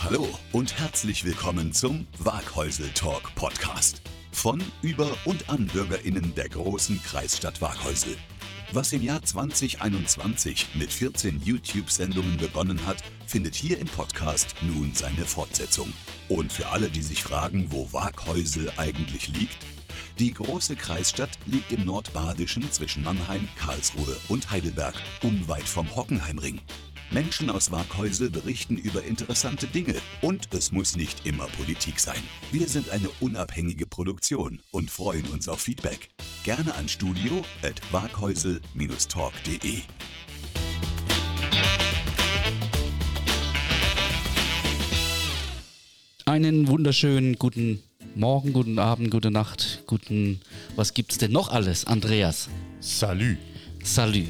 Hallo und herzlich willkommen zum Waghäusel Talk Podcast. Von, über und an BürgerInnen der großen Kreisstadt Waghäusel. Was im Jahr 2021 mit 14 YouTube-Sendungen begonnen hat, findet hier im Podcast nun seine Fortsetzung. Und für alle, die sich fragen, wo Waghäusel eigentlich liegt: Die große Kreisstadt liegt im Nordbadischen zwischen Mannheim, Karlsruhe und Heidelberg, unweit vom Hockenheimring. Menschen aus Waghäusel berichten über interessante Dinge und es muss nicht immer Politik sein. Wir sind eine unabhängige Produktion und freuen uns auf Feedback. Gerne an studio@waghäusel-talk.de. Einen wunderschönen guten Morgen, guten Abend, gute Nacht, was gibt's denn noch alles, Andreas? Salü. Salü.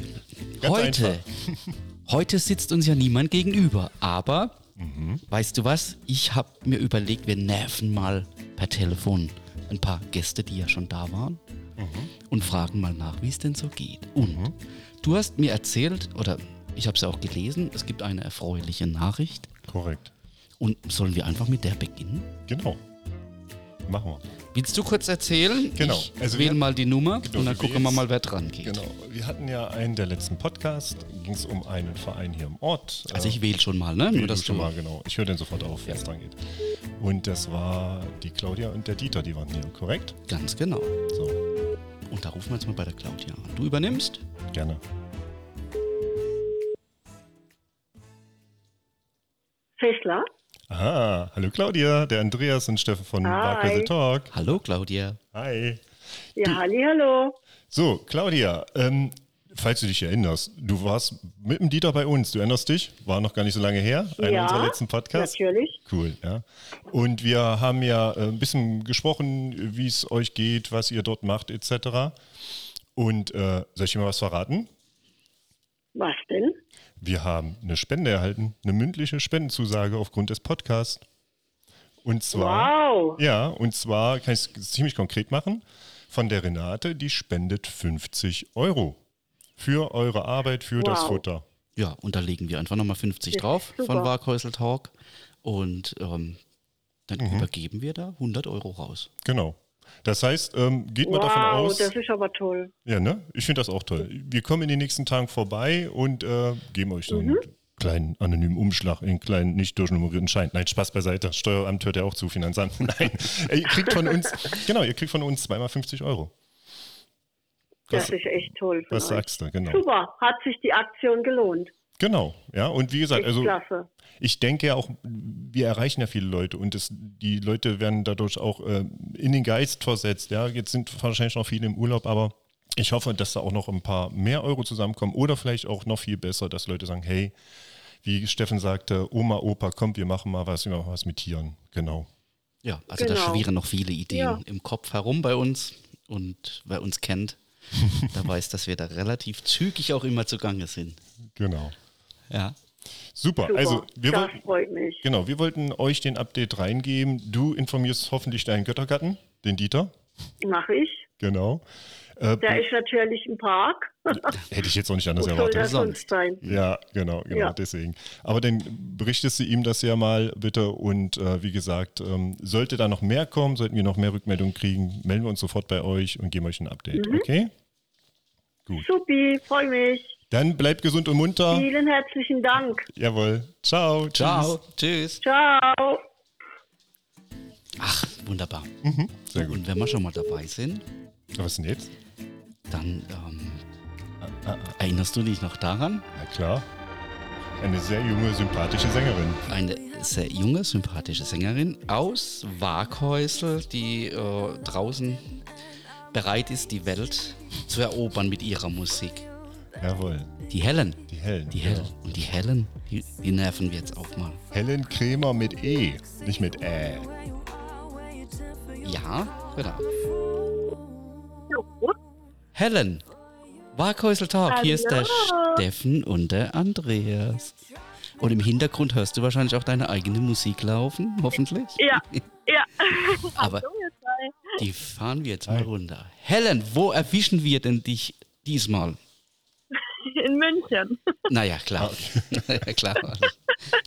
Heute sitzt uns ja niemand gegenüber, aber weißt du was? Ich habe mir überlegt, wir nerven mal per Telefon ein paar Gäste, die ja schon da waren und fragen mal nach, wie es denn so geht. Und du hast mir erzählt, oder ich habe es ja auch gelesen, es gibt eine erfreuliche Nachricht. Korrekt. Und sollen wir einfach mit der beginnen? Genau. Machen wir. Willst du kurz erzählen? Genau. Ich Also wähle mal die Nummer genau, und dann du gucken wir wählst- mal, wer dran geht. Genau. Wir hatten ja einen der letzten Podcast, ging es um einen Verein hier im Ort. Also ich wähle schon mal, ne? Wähl Nur, du dass schon du mal, genau. Ich höre den sofort auf, wenn es dran geht. Und das war die Claudia und der Dieter, die waren hier, korrekt? Ganz genau. So, Und da rufen wir jetzt mal bei der Claudia an. Du übernimmst? gerne. Fessler? Aha, hallo Claudia, der Andreas und Steffen von Hi. Waghäusel Talk. Hallo Claudia. Hi. Ja, hallo. So, Claudia, falls du dich erinnerst, du warst mit dem Dieter bei uns, du erinnerst dich? War noch gar nicht so lange her, einer Ja, unserer letzten Podcasts. natürlich. Cool, ja. Und wir haben ja ein bisschen gesprochen, wie es euch geht, was ihr dort macht, etc. Und soll ich dir mal was verraten? Was denn? Wir haben eine Spende erhalten, eine mündliche Spendenzusage aufgrund des Podcasts. Und zwar, Wow. ja, und zwar kann ich es ziemlich konkret machen, von der Renate, die spendet 50 € für eure Arbeit, für das Wow. Futter. Ja, und da legen wir einfach nochmal 50 Ja, drauf super. von Waghäusel Talk und dann übergeben wir da 100 € raus. Genau. Das heißt, geht mal davon Wow, aus. das ist aber toll. Ja, ne? Ich finde das auch toll. Wir kommen in den nächsten Tagen vorbei und geben euch so einen kleinen anonymen Umschlag, einen kleinen nicht durchnummerierten Schein. Nein, Spaß beiseite. Das Steueramt hört ja auch zu, Finanzamt. Nein. Ihr kriegt von uns, ihr kriegt von uns zweimal 50 €. Das ist echt toll. von Was euch. sagst du? Genau. Super, hat sich die Aktion gelohnt. Genau, ja. Und wie gesagt, Echt also klasse. ich denke ja auch, wir erreichen ja viele Leute und die Leute werden dadurch auch in den Geist versetzt. Ja, jetzt sind wahrscheinlich noch viele im Urlaub, aber ich hoffe, dass da auch noch ein paar mehr Euro zusammenkommen oder vielleicht auch noch viel besser, dass Leute sagen, hey, wie Steffen sagte, Oma, Opa, kommt, wir machen mal was mit Tieren. Genau. Ja, also da Genau. schwirren noch viele Ideen Ja. im Kopf herum bei uns und wer uns kennt, der weiß, dass wir da relativ zügig auch immer zugange sind. Genau. Ja. Super. Super, Also wir das wollten, freut mich. genau, wir wollten euch den Update reingeben. Du informierst hoffentlich deinen Göttergatten, den Dieter. Mache ich. Genau. Der ist natürlich im Park. Hätte ich jetzt auch nicht anders Wo soll erwartet. das sonst sein? Ja, genau, Ja. deswegen. Aber dann berichtest du ihm das ja mal bitte und wie gesagt, sollte da noch mehr kommen, sollten wir noch mehr Rückmeldungen kriegen, melden wir uns sofort bei euch und geben euch ein Update, okay? Gut. Supi, freue mich. Dann bleibt gesund und munter. Vielen herzlichen Dank. Jawohl. Ciao. Ciao. Tschüss. Ciao. Ach, wunderbar. Tschüss. Sehr gut. Und wenn wir schon mal dabei sind, Was denn jetzt? dann erinnerst du dich noch daran? Na klar. Eine sehr junge, sympathische Sängerin. Eine sehr junge, sympathische Sängerin aus Waghäusel, die draußen bereit ist, die Welt zu erobern mit ihrer Musik. Jawohl. Die Helen. Die Helen. Die Helen. Und die Helen, die nerven wir jetzt auch mal. Helen Krämer mit E, nicht mit Ä. Ja, genau. So. Helen. Waghäusel Talk. Hier ist der Hallo. Steffen und der Andreas. Und im Hintergrund hörst du wahrscheinlich auch deine eigene Musik laufen, hoffentlich. Ja, ja. Aber Hallo, ihr zwei. die fahren wir jetzt mal runter. Helen, wo erwischen wir denn dich diesmal? In München. Naja, klar. Ja, klar.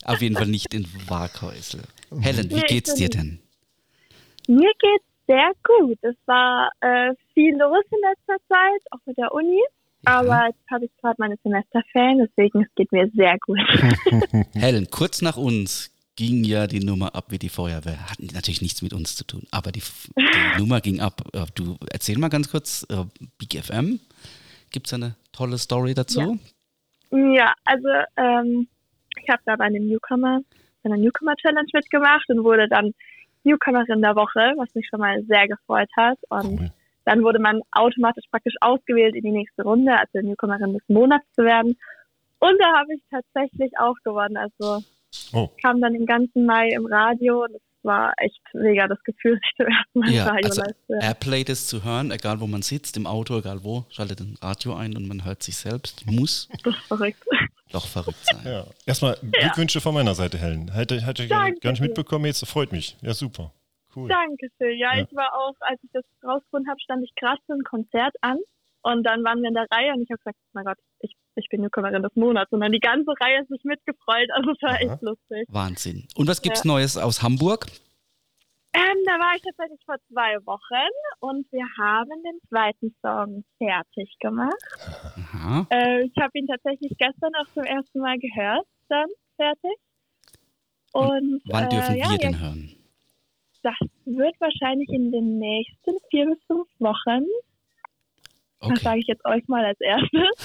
Auf jeden Fall nicht in Waaghäusel. Helen, wie geht's dir denn? Mir geht's sehr gut. Es war viel los in letzter Zeit, auch mit der Uni. Aber jetzt habe ich gerade meine Semesterferien, deswegen es geht mir sehr gut. Helen, kurz nach uns ging ja die Nummer ab wie die Feuerwehr. Hat natürlich nichts mit uns zu tun, aber die Nummer ging ab. Du erzähl mal ganz kurz, Big FM, gibt es eine tolle Story dazu? Ja, also ich habe da bei einer Newcomer-Challenge mitgemacht und wurde dann Newcomerin der Woche, was mich schon mal sehr gefreut hat. Und dann wurde man automatisch praktisch ausgewählt in die nächste Runde, also Newcomerin des Monats zu werden. Und da habe ich tatsächlich auch gewonnen. Also kam dann den ganzen Mai im Radio und es war echt mega das Gefühl, sich zum ersten Mal im Radio also live zu hören. Airplay das zu hören, egal wo man sitzt, im Auto, egal wo, schaltet ein Radio ein und man hört sich selbst. Muss Das ist verrückt. doch verrückt sein. Ja. Erstmal Glückwünsche von meiner Seite, Helen. Hätte ich gar nicht mitbekommen, jetzt freut mich. Ja, super. Cool. Dankeschön. Ja, ich war auch, als ich das rausgefunden habe, stand ich gerade für ein Konzert an und dann waren wir in der Reihe und ich habe gesagt, mein Gott, ich bin Newcomerin des Monats und dann die ganze Reihe hat sich mitgefreut, also es war echt lustig. Wahnsinn. Und was gibt's Neues aus Hamburg? Da war ich tatsächlich vor 2 Wochen und wir haben den zweiten Song fertig gemacht. Aha. Ich habe ihn tatsächlich gestern auch zum ersten Mal gehört, dann fertig. Und wann dürfen wir den hören? Das wird wahrscheinlich in den nächsten 4 bis 5 Wochen. Okay. Das sage ich jetzt euch mal als erstes.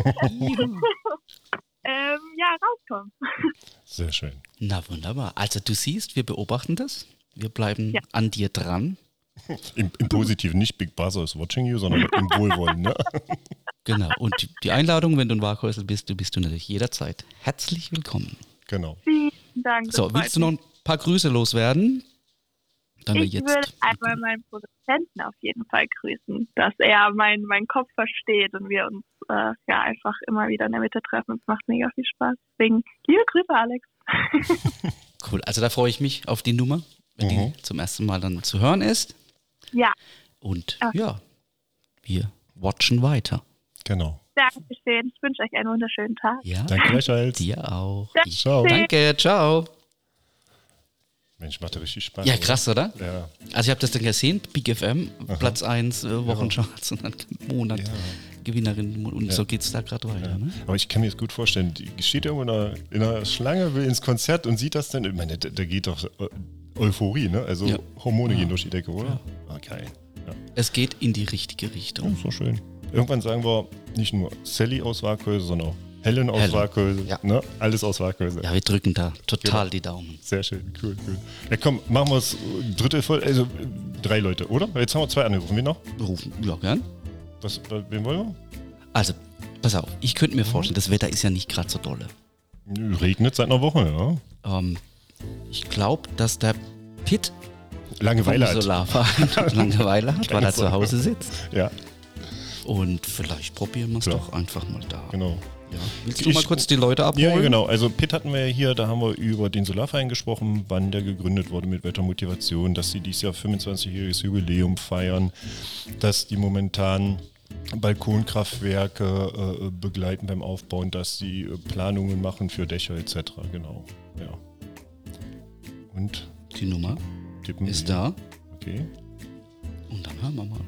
Rauskommen. Sehr schön. Na wunderbar. Also du siehst, wir beobachten das. Wir bleiben an dir dran. Im Positiven, nicht Big Brother is watching you, sondern im Wohlwollen. Ne? Genau. Und die Einladung, wenn du in Waaghäusel bist, bist du natürlich jederzeit herzlich willkommen. Genau. Vielen Dank. So, willst du noch ein paar Grüße loswerden? Ich will einmal meinen Produzenten auf jeden Fall grüßen, dass er meinen Kopf versteht und wir uns einfach immer wieder in der Mitte treffen. Es macht mega viel Spaß. Deswegen liebe Grüße, Alex. Cool, also da freue ich mich auf die Nummer, wenn die zum ersten Mal dann zu hören ist. Ja. Und wir watchen weiter. Genau. Dankeschön. Ich wünsche euch einen wunderschönen Tag. Ja, Danke gleichfalls. dir auch. Ciao. Danke, ciao. Mensch, macht ja richtig Spaß. Ja, krass, oder? Ja. Also ich habe das dann gesehen, Big FM, Platz 1, Wochencharts und dann Monat Gewinnerin und so geht es da gerade weiter. Ne? Aber ich kann mir das gut vorstellen, die steht irgendwo in einer Schlange, will ins Konzert und sieht das dann, ich meine, da geht doch Euphorie, ne? Also Hormone gehen durch die Decke, oder? Ja. Okay. Ja. Es geht in die richtige Richtung. So schön. Irgendwann sagen wir nicht nur Sally aus Waaghäusel, sondern auch Helen aus Waaghäusel. Ja. Ne? Alles aus Waaghäusel. Ja, wir drücken da total die Daumen. Sehr schön, cool. Ja komm, machen wir es dritte Folge, also 3 Leute, oder? Jetzt haben wir 2 angerufen, wen noch? Rufen, ja, gern. Wen wollen wir? Also, pass auf, ich könnte mir vorstellen, das Wetter ist ja nicht gerade so dolle. Regnet seit einer Woche, ja. Ich glaube, dass der Pitt Langeweile vom hat. Solarverein Langeweile hat, weil er zu Hause sitzt. Ja, Und vielleicht probieren wir es doch einfach mal da. genau. Ja. Willst du mal kurz die Leute abholen? Ja, genau. Also Pitt hatten wir ja hier, da haben wir über den Solarverein gesprochen, wann der gegründet wurde mit Wettermotivation, dass sie dieses Jahr 25-jähriges Jubiläum feiern, dass die momentan Balkonkraftwerke begleiten beim Aufbauen, dass sie Planungen machen für Dächer etc. Genau, ja. Und Die Nummer tippen ist wir. da. Okay. Und dann hören wir mal.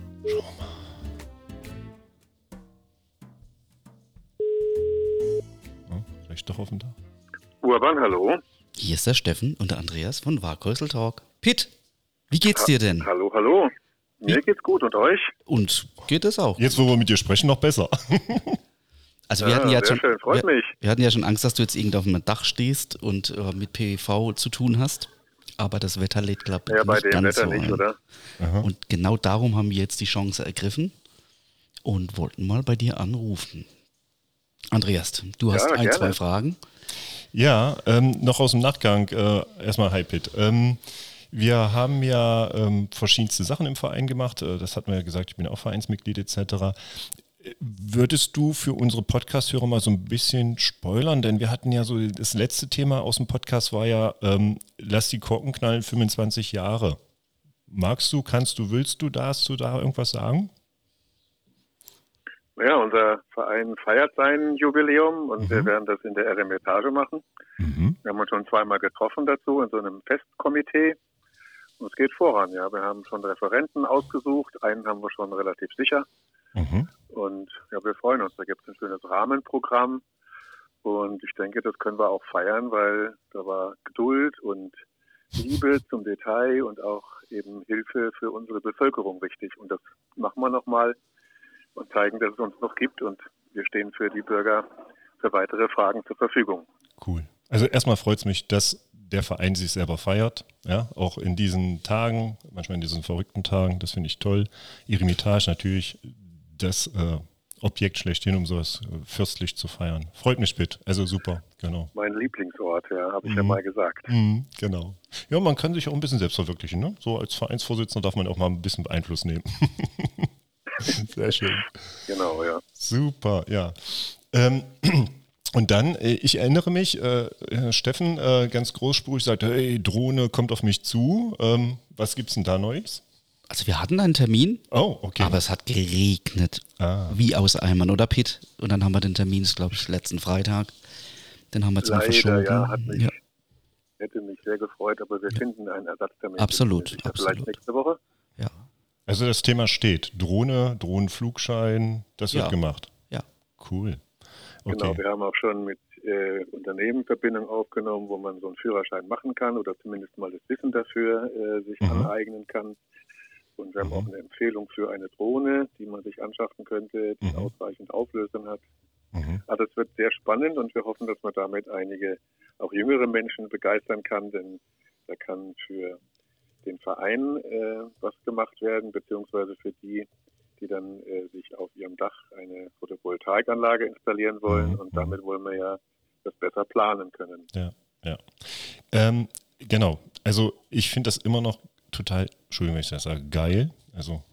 Vielleicht doch offen da. Urban, hallo. Hier ist der Steffen und der Andreas von Waaghäusel Talk. Pitt, wie geht's dir denn? Hallo. Mir geht's gut und euch? Und geht es auch? Jetzt, wo wir mit dir sprechen, noch besser. Also wir hatten ja sehr schon, schön, freut mich. Wir hatten ja schon Angst, dass du jetzt irgendwo auf einem Dach stehst und mit PV zu tun hast. Aber das Wetter lädt, glaube ich, Ja, bei nicht dem ganz Wetter so nicht, ein. oder? Und genau darum haben wir jetzt die Chance ergriffen und wollten mal bei dir anrufen. Andreas, du hast gerne. 2 Fragen. Ja, noch aus dem Nachgang, erstmal hi Pitt. Wir haben ja verschiedenste Sachen im Verein gemacht, das hatten wir ja gesagt, ich bin auch Vereinsmitglied etc. Würdest du für unsere Podcast-Hörer mal so ein bisschen spoilern? Denn wir hatten ja so, das letzte Thema aus dem Podcast war ja, lass die Korken knallen, 25 Jahre. Magst du, kannst du, willst du, darfst du da irgendwas sagen? Ja, unser Verein feiert sein Jubiläum und wir werden das in der Eremitage machen. Wir haben uns schon zweimal getroffen dazu in so einem Festkomitee. Und es geht voran, ja. Wir haben schon Referenten ausgesucht. Einen haben wir schon relativ sicher. Und ja, wir freuen uns. Da gibt es ein schönes Rahmenprogramm. Und ich denke, das können wir auch feiern, weil da war Geduld und Liebe zum Detail und auch eben Hilfe für unsere Bevölkerung wichtig. Und das machen wir nochmal und zeigen, dass es uns noch gibt. Und wir stehen für die Bürger für weitere Fragen zur Verfügung. Cool. Also erstmal freut es mich, dass der Verein sich selber feiert. Ja, auch in diesen Tagen, manchmal in diesen verrückten Tagen. Das finde ich toll. Eremitage natürlich das Objekt schlechthin, um sowas fürstlich zu feiern. Freut mich, Pitt. Also super, genau. Mein Lieblingsort, ja, habe ich ja mal gesagt. Genau. Ja, man kann sich auch ein bisschen selbst verwirklichen, ne? So als Vereinsvorsitzender darf man auch mal ein bisschen Einfluss nehmen. Sehr schön. Genau, ja. Super, ja. Und dann, ich erinnere mich, Steffen ganz großspurig sagte, hey, Drohne kommt auf mich zu. Was gibt's denn da Neues? Also wir hatten einen Termin, Oh, okay. aber es hat geregnet, wie aus Eimern, oder Pitt? Und dann haben wir den Termin, das glaube ich, letzten Freitag, den haben wir jetzt mal verschoben. Ja, hätte mich sehr gefreut, aber wir finden einen Ersatztermin. Absolut, Vielleicht absolut. nächste Woche. Ja, Also das Thema steht. Drohne, Drohnenflugschein, das wird Ja. gemacht. ja. Cool. Okay. Genau, wir haben auch schon mit Unternehmen Verbindung aufgenommen, wo man so einen Führerschein machen kann oder zumindest mal das Wissen dafür sich aneignen kann. Und wir haben auch eine Empfehlung für eine Drohne, die man sich anschaffen könnte, die ausreichend Auflösung hat. Also es wird sehr spannend und wir hoffen, dass man damit einige, auch jüngere Menschen begeistern kann, denn da kann für den Verein was gemacht werden, beziehungsweise für die dann sich auf ihrem Dach eine Photovoltaikanlage installieren wollen und damit wollen wir ja das besser planen können. Ja. Genau. Also ich finde das immer noch total, Entschuldigung, wenn ich das sage, geil. Also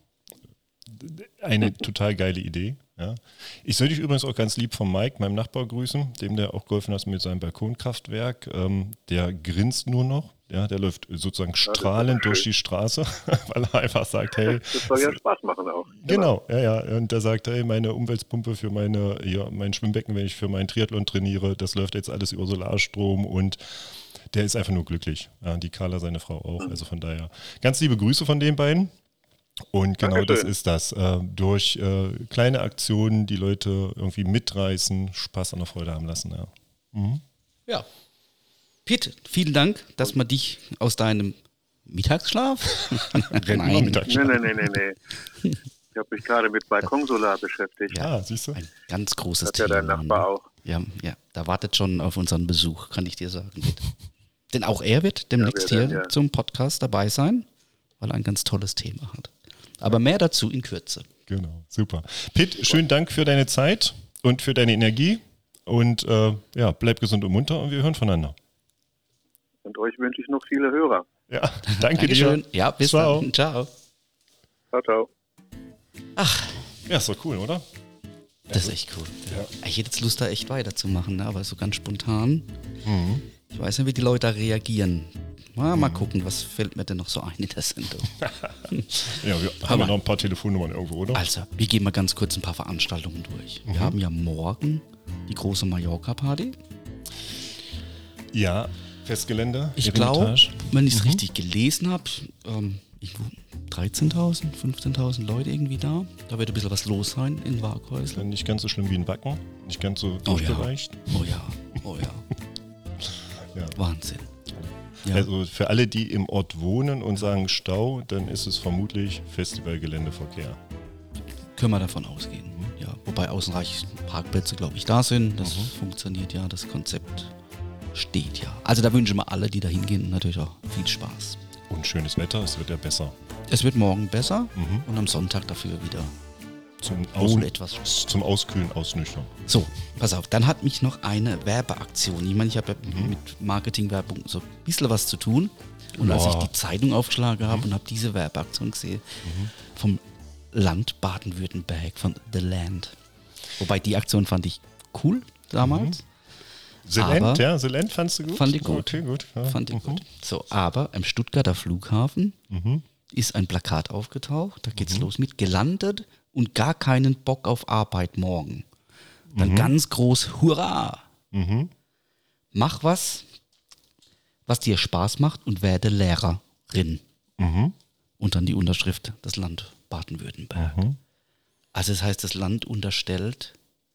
eine total geile Idee. Ja. Ich soll dich übrigens auch ganz lieb von Mike, meinem Nachbar, grüßen, dem der auch geholfen hat mit seinem Balkonkraftwerk. Der grinst nur noch. Ja, der läuft sozusagen strahlend durch die Straße, weil er einfach sagt, hey. Das soll ja Spaß machen auch. Genau, ja. Und der sagt, hey, meine Umweltpumpe für mein Schwimmbecken, wenn ich für meinen Triathlon trainiere, das läuft jetzt alles über Solarstrom und der ist einfach nur glücklich. Ja, die Carla, seine Frau auch. Also von daher ganz liebe Grüße von den beiden. Und genau Dankeschön. das ist das. Durch kleine Aktionen die Leute irgendwie mitreißen, Spaß an der Freude haben lassen. Ja. Ja. Pitt, vielen Dank, dass man dich aus deinem Mittagsschlaf? Mittagsschlaf. Nee. Ich habe mich gerade mit Balkonsolar beschäftigt. Ja, siehst du? Ein ganz großes Hat ja Thema. dein Nachbar auch. Ja, da wartet schon auf unseren Besuch, kann ich dir sagen. Denn auch er wird demnächst wir hier werden, ja. zum Podcast dabei sein, weil er ein ganz tolles Thema hat. Aber mehr dazu in Kürze. Genau, super. Pitt, schönen Dank für deine Zeit und für deine Energie. Und bleib gesund und munter und wir hören voneinander. Und euch wünsche ich noch viele Hörer. Ja, danke Dankeschön. dir. Ja, bis Ciao. dann. Ciao. Ciao, ciao. Ja, ist doch cool, oder? Das ist echt cool. Ja. Ich hätte jetzt Lust, da echt weiterzumachen, ne? Aber so ganz spontan. Ich weiß nicht, wie die Leute da reagieren. Mal gucken, was fällt mir denn noch so ein in der Sendung. Ja, wir haben ja noch ein paar Telefonnummern irgendwo, oder? Also, wir gehen mal ganz kurz ein paar Veranstaltungen durch. Wir haben ja morgen die große Mallorca-Party. Ja, Festgelände. Ich glaube, Eremitage. wenn ich es richtig gelesen habe, 13.000, 15.000 Leute irgendwie da. Da wird ein bisschen was los sein in Waaghäusel. Nicht ganz so schlimm wie ein Backen, nicht ganz so Oh ja. durchgereicht. Oh ja. Ja. Wahnsinn. Ja. Also für alle, die im Ort wohnen und sagen Stau, dann ist es vermutlich Festivalgeländeverkehr. Können wir davon ausgehen. Ja, wobei außenreichend Parkplätze, glaube ich, da sind. Das funktioniert ja, das Konzept steht ja. Also da wünschen wir alle, die da hingehen, natürlich auch viel Spaß. Und schönes Wetter, es wird ja besser. Es wird morgen besser und am Sonntag dafür wieder wohl etwas. Zum Auskühlen, Ausnüchtern. So, pass auf, dann hat mich noch eine Werbeaktion. Ich meine, ich habe ja mit Marketingwerbung so ein bisschen was zu tun. Und als ich die Zeitung aufgeschlagen habe und habe diese Werbeaktion gesehen, vom Land Baden-Württemberg, von The Land. Wobei die Aktion fand ich cool damals. Selent fandst du gut? Fand ich gut. Okay, gut. Ja. Fand ich gut. So, aber am Stuttgarter Flughafen ist ein Plakat aufgetaucht. Da geht's los mit: Gelandet und gar keinen Bock auf Arbeit morgen, dann ganz groß Hurra! Mach was dir Spaß macht und werde Lehrerin. Und dann die Unterschrift, das Land Baden-Württemberg. Also das heißt, das Land unterstellt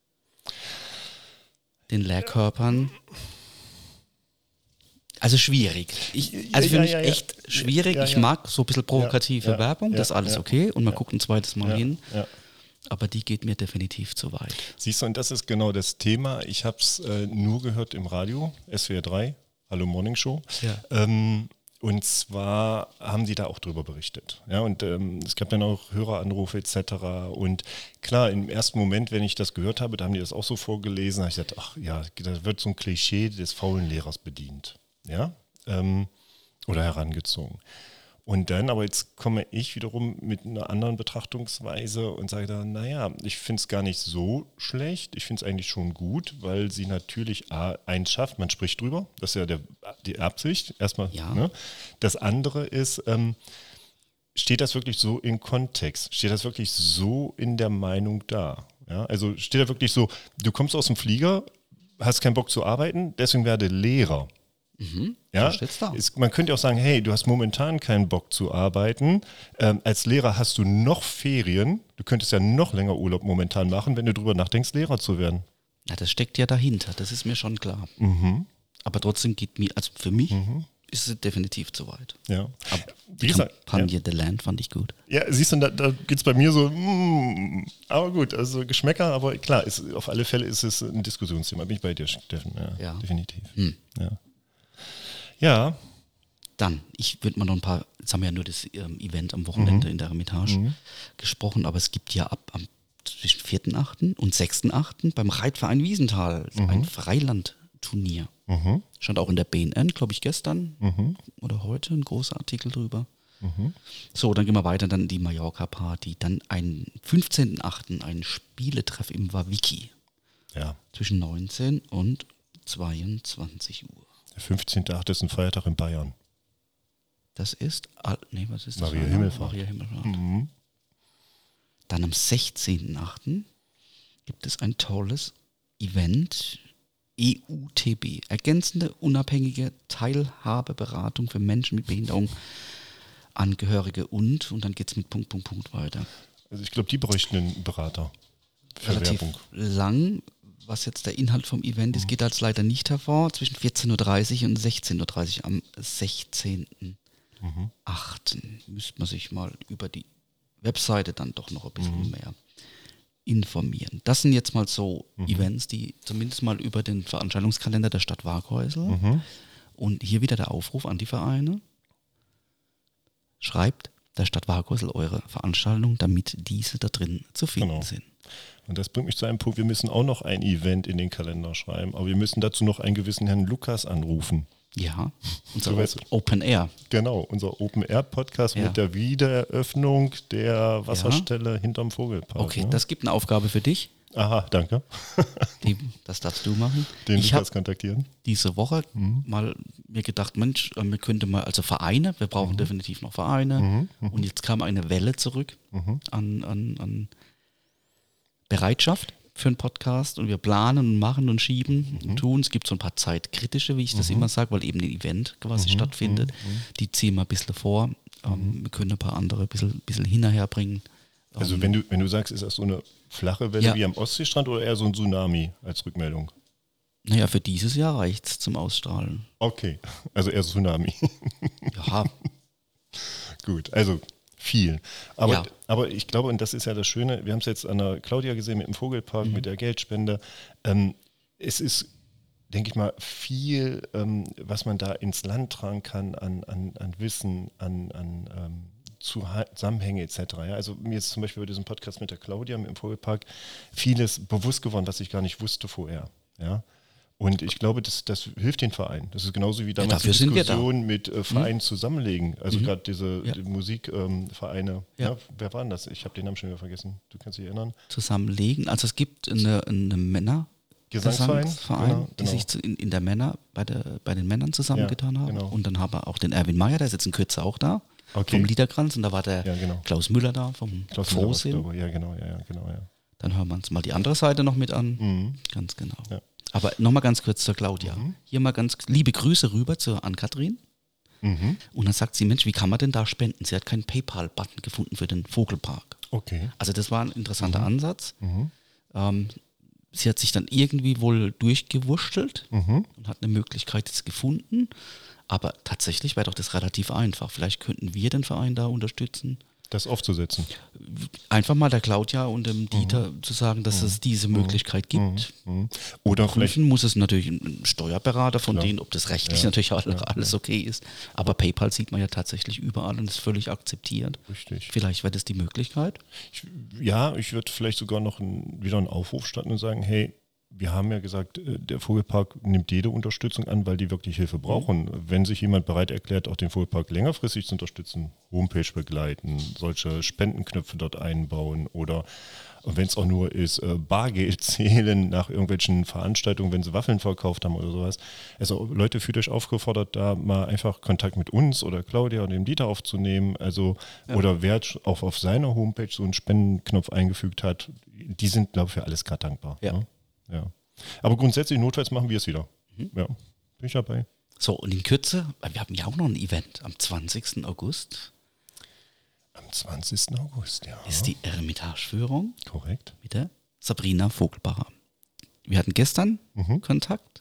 den Lehrkörpern. Also schwierig. Für mich echt schwierig. Ich mag so ein bisschen provokative Werbung, das ist alles okay und man guckt ein zweites Mal hin. Aber die geht mir definitiv zu weit. Siehst du, und das ist genau das Thema. Ich habe es nur gehört im Radio, SWR 3, Hallo Morning Show. Ja. Und zwar haben die da auch drüber berichtet. Ja, und es gab dann auch Höreranrufe etc. Und klar, im ersten Moment, wenn ich das gehört habe, da haben die das auch so vorgelesen, habe ich gedacht, ach ja, da wird so ein Klischee des faulen Lehrers bedient. Ja, oder herangezogen. Und dann, aber jetzt komme ich wiederum mit einer anderen Betrachtungsweise und sage dann, naja, ich finde es gar nicht so schlecht, ich finde es eigentlich schon gut, weil sie natürlich eins schafft, man spricht drüber, das ist ja die Absicht, erstmal. Ja. Ne? Das andere ist, steht das wirklich so im Kontext, steht das wirklich so in der Meinung da? Ja? Also steht da wirklich so, du kommst aus dem Flieger, hast keinen Bock zu arbeiten, deswegen werde Lehrer. Ja, man könnte auch sagen, hey, du hast momentan keinen Bock zu arbeiten. Als Lehrer hast du noch Ferien. Du könntest ja noch länger Urlaub momentan machen, wenn du drüber nachdenkst, Lehrer zu werden. Ja, das steckt ja dahinter, das ist mir schon klar. Aber trotzdem geht mir, also für mich ist es definitiv zu weit. Ja. Aber die Kampagne The Land fand ich gut. Ja, siehst du, da geht es bei mir so, aber gut, also Geschmäcker, aber klar, auf alle Fälle ist es ein Diskussionsthema. Bin ich bei dir, Steffen? Ja. Definitiv. Ja. Dann, ich würde mal noch ein paar, jetzt haben wir ja nur das Event am Wochenende in der Eremitage gesprochen, aber es gibt ja zwischen 4.8. und 6.8. beim Reitverein Wiesenthal ein Freilandturnier. Stand auch in der BNN, glaube ich, gestern oder heute ein großer Artikel drüber. So, dann gehen wir weiter, dann die Mallorca-Party, dann am 15.8. ein Spieletreff im Wawiki. Ja. Zwischen 19 und 22 Uhr. Der 15.8. ist ein Feiertag in Bayern. Das ist, was ist das? Maria Himmelfahrt. Maria Himmelfahrt. Dann am 16.8. gibt es ein tolles Event, EUTB, ergänzende unabhängige Teilhabeberatung für Menschen mit Behinderung, Angehörige und dann geht es mit Punkt weiter. Also ich glaube, die bräuchten einen Berater für Relativ Werbung. Lang, was jetzt der Inhalt vom Event ist, geht als leider nicht hervor, zwischen 14.30 Uhr und 16.30 Uhr am 16.8. Müsste man sich mal über die Webseite dann doch noch ein bisschen mehr informieren. Das sind jetzt mal so Events, die zumindest mal über den Veranstaltungskalender der Stadt Waaghäusel und hier wieder der Aufruf an die Vereine. Schreibt der Stadt Waaghäusel eure Veranstaltung, damit diese da drin zu finden sind. Und das bringt mich zu einem Punkt, wir müssen auch noch ein Event in den Kalender schreiben, aber wir müssen dazu noch einen gewissen Herrn Lukas anrufen. Ja, unser Open Air. Genau, unser Open Air Podcast mit der Wiedereröffnung der Wasserstelle hinterm Vogelpark. Okay, das gibt eine Aufgabe für dich. Aha, danke. Das darfst du machen. Den Lukas kontaktieren. Diese Woche mal mir gedacht, Mensch, wir könnten mal, also Vereine, wir brauchen definitiv noch Vereine. Und jetzt kam eine Welle zurück an Bereitschaft für einen Podcast und wir planen und machen und schieben und tun. Es gibt so ein paar zeitkritische, wie ich das immer sage, weil eben ein Event quasi stattfindet. Die ziehen wir ein bisschen vor. Wir können ein paar andere ein bisschen hinterherbringen. Also wenn du sagst, ist das so eine flache Welle wie am Ostseestrand oder eher so ein Tsunami als Rückmeldung? Naja, für dieses Jahr reicht es zum Ausstrahlen. Okay, also eher Tsunami. Ja. Gut, also viel. Aber ich glaube, und das ist ja das Schöne, wir haben es jetzt an der Claudia gesehen mit dem Vogelpark, mit der Geldspende. Es ist, denke ich mal, viel, was man da ins Land tragen kann an Wissen, an Zusammenhänge etc. Ja? Also mir ist zum Beispiel bei diesem Podcast mit der Claudia im Vogelpark vieles bewusst geworden, was ich gar nicht wusste vorher. Ja? Und ich glaube, das hilft den Verein. Das ist genauso wie damals die Diskussion mit Vereinen zusammenlegen. Also gerade diese die Musikvereine. Ja, wer waren das? Ich habe den Namen schon wieder vergessen. Du kannst dich erinnern. Zusammenlegen. Also es gibt eine Gesangsverein, die sich bei den Männern zusammengetan haben. Genau. Und dann haben wir auch den Erwin Meyer, der ist jetzt in Kürze auch da. vom Liederkranz und da war der genau. Klaus Müller da vom Frohsinn. Ja, genau. Dann hören wir uns mal die andere Seite noch mit an. Ganz genau. Ja. Aber nochmal ganz kurz zur Claudia. Hier mal ganz liebe Grüße rüber zur Ann-Kathrin. Und dann sagt sie, Mensch, wie kann man denn da spenden? Sie hat keinen PayPal-Button gefunden für den Vogelpark. Okay. Also das war ein interessanter Ansatz. Sie hat sich dann irgendwie wohl durchgewurschtelt und hat eine Möglichkeit jetzt gefunden. Aber tatsächlich wäre doch das relativ einfach. Vielleicht könnten wir den Verein da unterstützen. Das aufzusetzen. Einfach mal der Claudia und dem Dieter zu sagen, dass es diese Möglichkeit gibt. Oder prüfen vielleicht muss es natürlich ein Steuerberater von denen, ob das rechtlich natürlich alles okay ist. Aber PayPal sieht man ja tatsächlich überall und ist völlig akzeptiert. Richtig. Vielleicht wäre das die Möglichkeit. Ich würde vielleicht sogar noch wieder einen Aufruf starten und sagen, hey, wir haben ja gesagt, der Vogelpark nimmt jede Unterstützung an, weil die wirklich Hilfe brauchen. Wenn sich jemand bereit erklärt, auch den Vogelpark längerfristig zu unterstützen, Homepage begleiten, solche Spendenknöpfe dort einbauen oder wenn es auch nur ist, Bargeld zählen nach irgendwelchen Veranstaltungen, wenn sie Waffeln verkauft haben oder sowas. Also Leute, fühlt euch aufgefordert, da mal einfach Kontakt mit uns oder Claudia oder dem Dieter aufzunehmen. Also oder wer auch auf seiner Homepage so einen Spendenknopf eingefügt hat, die sind, glaube ich, für alles gerade dankbar. Ja. Ne? Ja. Aber grundsätzlich, notfalls machen wir es wieder. Ja, bin ich dabei. So, und in Kürze, weil wir haben ja auch noch ein Event am 20. August. Am 20. August, ja. Ist die Eremitageführung. Korrekt. Mit der Sabrina Vogelbacher. Wir hatten gestern Kontakt.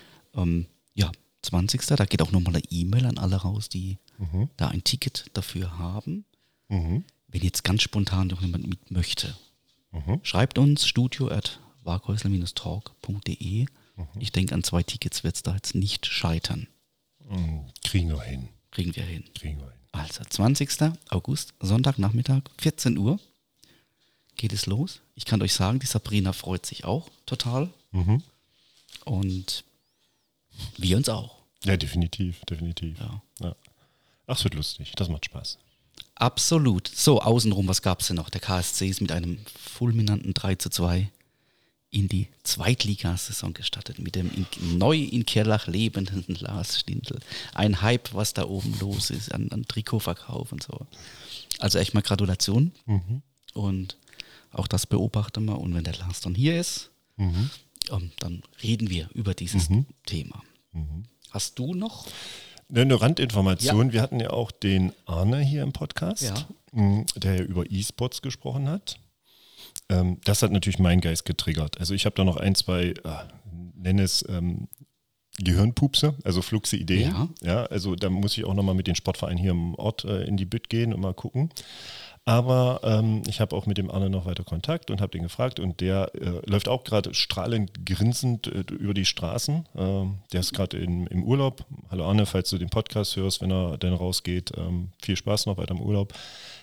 20. Da geht auch nochmal eine E-Mail an alle raus, die da ein Ticket dafür haben. Wenn jetzt ganz spontan noch jemand mit möchte, schreibt uns studio@waghäusl-talk.de. Ich denke, an 2 Tickets wird es da jetzt nicht scheitern. Kriegen wir hin. Kriegen wir hin. Kriegen wir hin. Also 20. August, Sonntagnachmittag, 14 Uhr geht es los. Ich kann euch sagen, die Sabrina freut sich auch total. Und wir uns auch. Ja, definitiv. Ja. Ach, es wird lustig. Das macht Spaß. Absolut. So, außenrum, was gab es denn noch? Der KSC ist mit einem fulminanten 3:2 in die Zweitligasaison gestartet, mit dem neu in Kirlach lebenden Lars Stindl. Ein Hype, was da oben los ist, an Trikotverkauf und so. Also echt mal Gratulation. Und auch das beobachten wir. Und wenn der Lars dann hier ist, dann reden wir über dieses Thema. Hast du noch? Eine Randinformation, wir hatten ja auch den Arne hier im Podcast, Ja. Der ja über E-Sports gesprochen hat. Das hat natürlich meinen Geist getriggert. Also ich habe da noch 1, 2, nenne es Gehirnpupse, also fluxe Ideen. Ja, also da muss ich auch nochmal mit den Sportvereinen hier im Ort in die Bütt gehen und mal gucken. Aber ich habe auch mit dem Arne noch weiter Kontakt und habe den gefragt und der läuft auch gerade strahlend grinsend über die Straßen. Der ist gerade im Urlaub. Hallo Arne, falls du den Podcast hörst, wenn er dann rausgeht, viel Spaß noch weiter im Urlaub.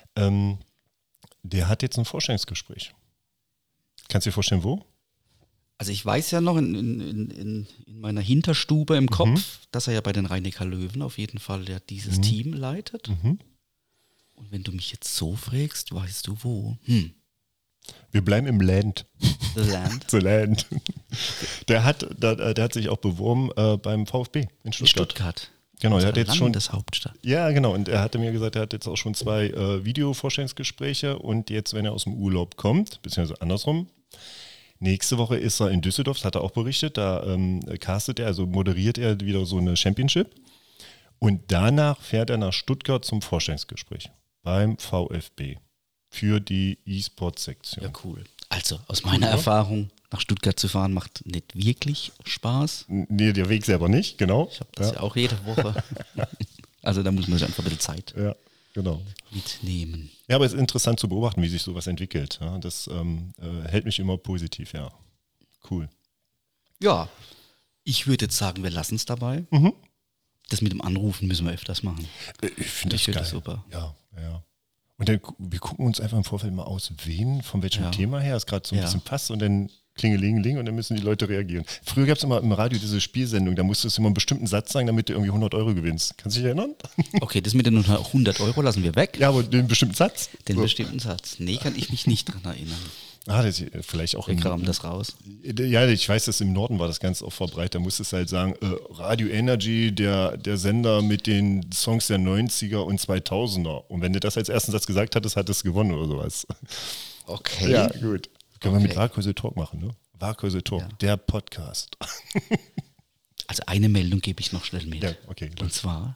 Der hat jetzt ein Vorstellungsgespräch. Kannst du dir vorstellen, wo? Also ich weiß ja noch in meiner Hinterstube im Kopf, dass er ja bei den Rhein-Neckar-Löwen auf jeden Fall dieses Team leitet. Und wenn du mich jetzt so fragst, weißt du wo? Wir bleiben im Land. The Land. The Land. Der hat sich auch beworben beim VfB in Stuttgart. Genau, er hat jetzt schon Landeshauptstadt. Ja, genau. Und er hatte mir gesagt, er hat jetzt auch schon 2 Videovorstellungsgespräche und jetzt, wenn er aus dem Urlaub kommt, beziehungsweise andersrum, nächste Woche ist er in Düsseldorf, das hat er auch berichtet, da castet er, also moderiert er wieder so eine Championship und danach fährt er nach Stuttgart zum Vorstellungsgespräch beim VfB für die E-Sport-Sektion. Ja, cool. Also aus meiner Erfahrung, nach Stuttgart zu fahren, macht nicht wirklich Spaß. Nee, der Weg selber nicht, genau. Ich habe das ja auch jede Woche. Also da muss man sich einfach ein bisschen Zeit mitnehmen. Ja, aber es ist interessant zu beobachten, wie sich sowas entwickelt. Ja, das hält mich immer positiv, ja. Cool. Ja, ich würde jetzt sagen, wir lassen es dabei. Das mit dem Anrufen müssen wir öfters machen. Ich finde das geil. Super. Ja. Und dann, wir gucken uns einfach im Vorfeld mal aus, von welchem Thema her es gerade so ein bisschen passt und dann klingelingeling und dann müssen die Leute reagieren. Früher gab es immer im Radio diese Spielsendung, da musstest du immer einen bestimmten Satz sagen, damit du irgendwie 100 € gewinnst. Kannst du dich erinnern? Okay, das mit den 100 € lassen wir weg. Ja, aber den bestimmten Satz? Den bestimmten Satz. Nee, kann ich mich nicht dran erinnern. Das ist vielleicht auch Wir kramen das raus. Ja, ich weiß, dass im Norden war das ganz oft verbreitet. Da musstest du halt sagen, Radio Energy, der Sender mit den Songs der 90er und 2000er. Und wenn du das als ersten Satz gesagt hattest, hattest du gewonnen oder sowas. Okay. Ja, gut. Können wir mit Waghäusel Talk machen, ne? Waghäusel Talk, der Podcast. Also eine Meldung gebe ich noch schnell mit. Ja, okay. Und zwar,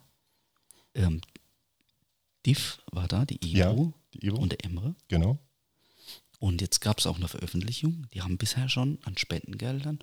Diff war da, die Ebro, Ja, die Ebro. und der Emre. Genau. Und jetzt gab es auch eine Veröffentlichung. Die haben bisher schon an Spendengeldern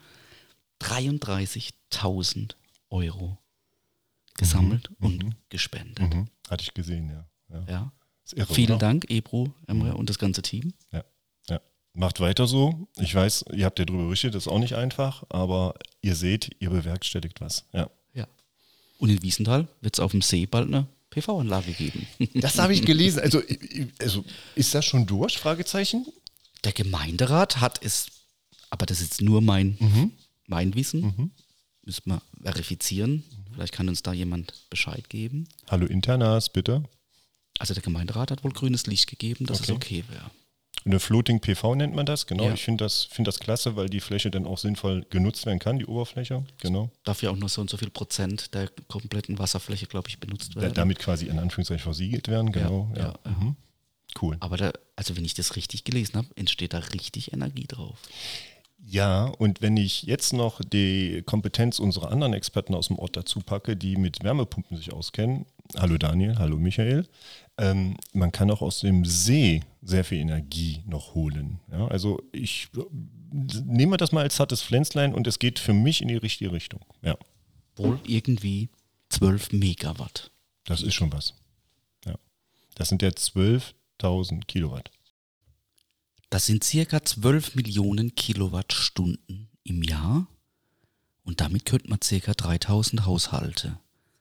33.000 Euro gesammelt und gespendet. Hatte ich gesehen, ja. Ja. Ist irre, Vielen oder? Dank, Ebro, Emre und das ganze Team. Ja. Macht weiter so. Ich weiß, ihr habt ja drüber berichtet, das ist auch nicht einfach, aber ihr seht, ihr bewerkstelligt was. Ja. Ja. Und in Wiesenthal wird es auf dem See bald eine PV-Anlage geben. Das habe ich gelesen. Also ist das schon durch? Fragezeichen? Der Gemeinderat hat es, aber das ist jetzt nur mein Wissen, müssen wir verifizieren. Vielleicht kann uns da jemand Bescheid geben. Hallo Internas, bitte. Also der Gemeinderat hat wohl grünes Licht gegeben, dass es okay wäre. Eine Floating PV nennt man das, genau. Ja. Ich finde das klasse, weil die Fläche dann auch sinnvoll genutzt werden kann, die Oberfläche, genau. Darf ja auch nur so und so viel Prozent der kompletten Wasserfläche, glaube ich, benutzt werden. Damit quasi in Anführungszeichen versiegelt werden, genau. Ja. Cool. Aber also wenn ich das richtig gelesen habe, entsteht da richtig Energie drauf. Ja, und wenn ich jetzt noch die Kompetenz unserer anderen Experten aus dem Ort dazu packe, die mit Wärmepumpen sich auskennen, hallo Daniel, hallo Michael, man kann auch aus dem See sehr viel Energie noch holen. Ja, also ich nehme das mal als zartes Pflänzlein und es geht für mich in die richtige Richtung. Ja, Wohl irgendwie 12 Megawatt. das ist schon was. Ja, das sind ja 12.000 Kilowatt. Das sind circa 12 Millionen Kilowattstunden im Jahr und damit könnte man circa 3000 Haushalte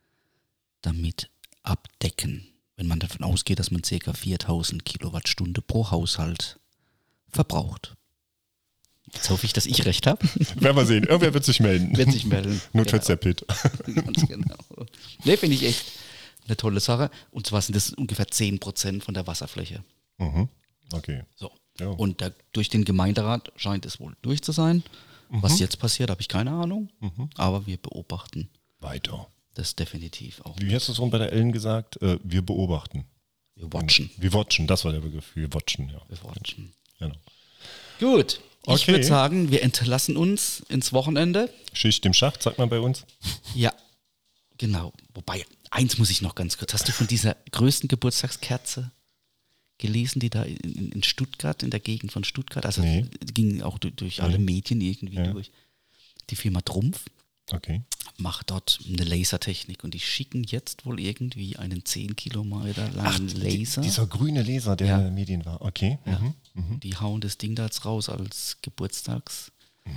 damit abdecken, wenn man davon ausgeht, dass man circa 4000 Kilowattstunde pro Haushalt verbraucht. Jetzt hoffe ich, dass ich recht habe. Werden wir sehen. Irgendwer wird sich melden. Wird sich melden. Notfalls der Pitt. Ganz genau. Ne, finde ich echt eine tolle Sache. Und zwar sind das ungefähr 10% von der Wasserfläche. Okay. So. Ja. Und durch den Gemeinderat scheint es wohl durch zu sein. Was jetzt passiert, habe ich keine Ahnung. Aber wir beobachten Weiter. das definitiv auch. Wie hast du es schon bei der Ellen gesagt? Wir beobachten. Wir watchen. Wir watchen, das war der Begriff. Wir watchen, ja. Wir watchen. Genau. Gut. Ich Okay. würde sagen, wir entlassen uns ins Wochenende. Schicht im Schacht, sagt man bei uns. Ja, genau. Wobei, eins muss ich noch ganz kurz. Hast du von dieser größten Geburtstagskerze gelesen, die da in Stuttgart, in der Gegend von Stuttgart, also Nee. ging auch durch alle Medien irgendwie durch. Die Firma Trumpf Okay. macht dort eine Lasertechnik und die schicken jetzt wohl irgendwie einen 10 Kilometer langen Laser. Dieser grüne Laser, der in den Medien war. Okay. Ja. Die hauen das Ding da jetzt raus als Geburtstags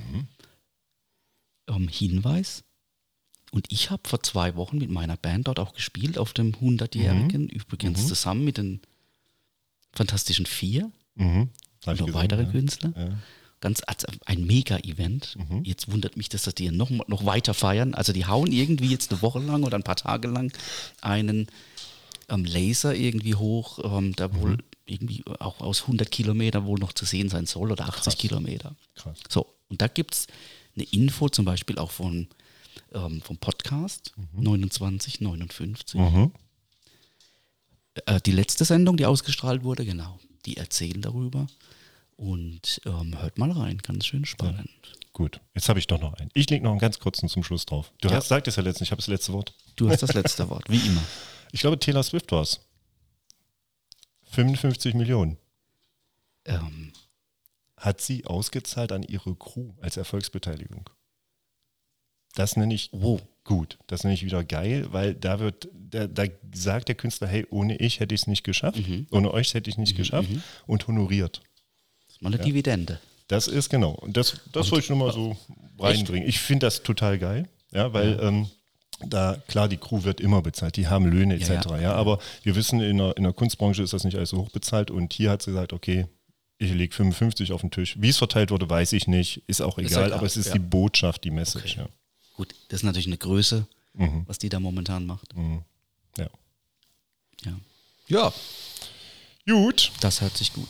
Hinweis. Und ich habe vor 2 Wochen mit meiner Band dort auch gespielt, auf dem 100-Jährigen, übrigens zusammen mit den Fantastischen Vier Hab ich und noch gesehen, weitere ja. Künstler. Ja. Also ein Mega-Event. Jetzt wundert mich, dass die noch weiter feiern. Also die hauen irgendwie jetzt eine Woche lang oder ein paar Tage lang einen Laser irgendwie hoch, der wohl irgendwie auch aus 100 Kilometern wohl noch zu sehen sein soll oder 80 Kilometer. Krass. So, und da gibt es eine Info zum Beispiel auch vom Podcast 2959. Die letzte Sendung, die ausgestrahlt wurde, genau, die erzählen darüber. Und hört mal rein, ganz schön spannend. Gut, jetzt habe ich doch noch einen. Ich lege noch einen ganz kurzen zum Schluss drauf. Du sagtest ja letztens, ich habe das letzte Wort. Du hast das letzte Wort, wie immer. Ich glaube, Taylor Swift war es. 55 Millionen hat sie ausgezahlt an ihre Crew als Erfolgsbeteiligung. Das nenne ich gut. Das nenne ich wieder geil, weil da sagt der Künstler, hey, ohne ich hätte ich es nicht geschafft, ohne euch hätte ich nicht geschafft und honoriert. Das ist mal eine Dividende. Das ist genau. Und das wollte ich nur mal so reinbringen. Ich finde das total geil, ja, weil da, klar, die Crew wird immer bezahlt, die haben Löhne etc. Ja, aber wir wissen, in der Kunstbranche ist das nicht alles so hoch bezahlt und hier hat sie gesagt, okay, ich lege 55 auf den Tisch. Wie es verteilt wurde, weiß ich nicht, ist auch egal, klar, aber es ist die Botschaft, die Message. Okay. Ja. Gut, das ist natürlich eine Größe, was die da momentan macht. Ja. Ja, Gut, das hört sich gut an.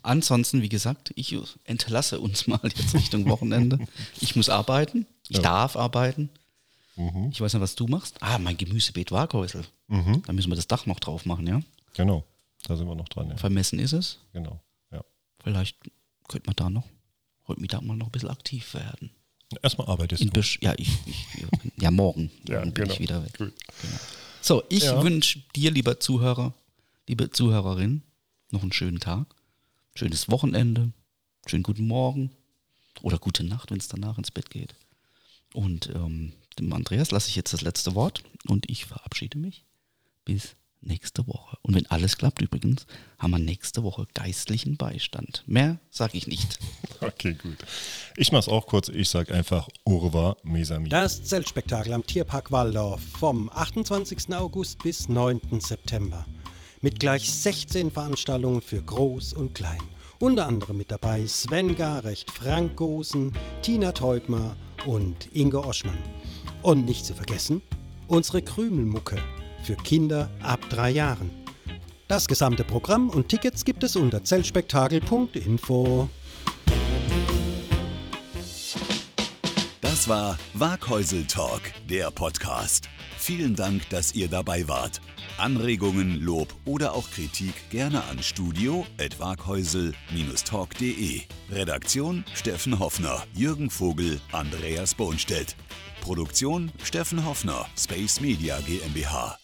ansonsten, wie gesagt, ich entlasse uns mal jetzt Richtung Wochenende. Ich muss arbeiten. Ich darf arbeiten. Ich weiß nicht, was du machst. Mein Gemüsebeet Waaghäusel. Da müssen wir das Dach noch drauf machen, ja? Genau, da sind wir noch dran. Ja. Vermessen ist es. Genau, ja. Vielleicht könnte man da noch heute Mittag mal noch ein bisschen aktiv werden. Erstmal arbeitest du. Morgen. Ja, bin ich wieder weg. Gut. Genau. So, ich wünsche dir, lieber Zuhörer, liebe Zuhörerin, noch einen schönen Tag, schönes Wochenende, schönen guten Morgen oder gute Nacht, wenn es danach ins Bett geht. Und dem Andreas lasse ich jetzt das letzte Wort und ich verabschiede mich bis nächste Woche. Und wenn alles klappt übrigens, haben wir nächste Woche geistlichen Beistand. Mehr sage ich nicht. Okay, gut. Ich mache es auch kurz. Ich sage einfach Au revoir, mes amis. Das Zeltspektakel am Tierpark Walldorf vom 28. August bis 9. September. Mit gleich 16 Veranstaltungen für Groß und Klein. Unter anderem mit dabei Sven Garecht, Frank Gosen, Tina Teubner und Inge Oschmann. Und nicht zu vergessen, unsere Krümelmucke für Kinder ab 3 Jahren. Das gesamte Programm und Tickets gibt es unter zeltspektakel.info. Das war Waaghäusel Talk, der Podcast. Vielen Dank, dass ihr dabei wart. Anregungen, Lob oder auch Kritik gerne an studio@waaghäusel-talk.de. Redaktion Steffen Hoffner, Jürgen Vogel, Andreas Bohnstedt. Produktion Steffen Hoffner, Space Media GmbH.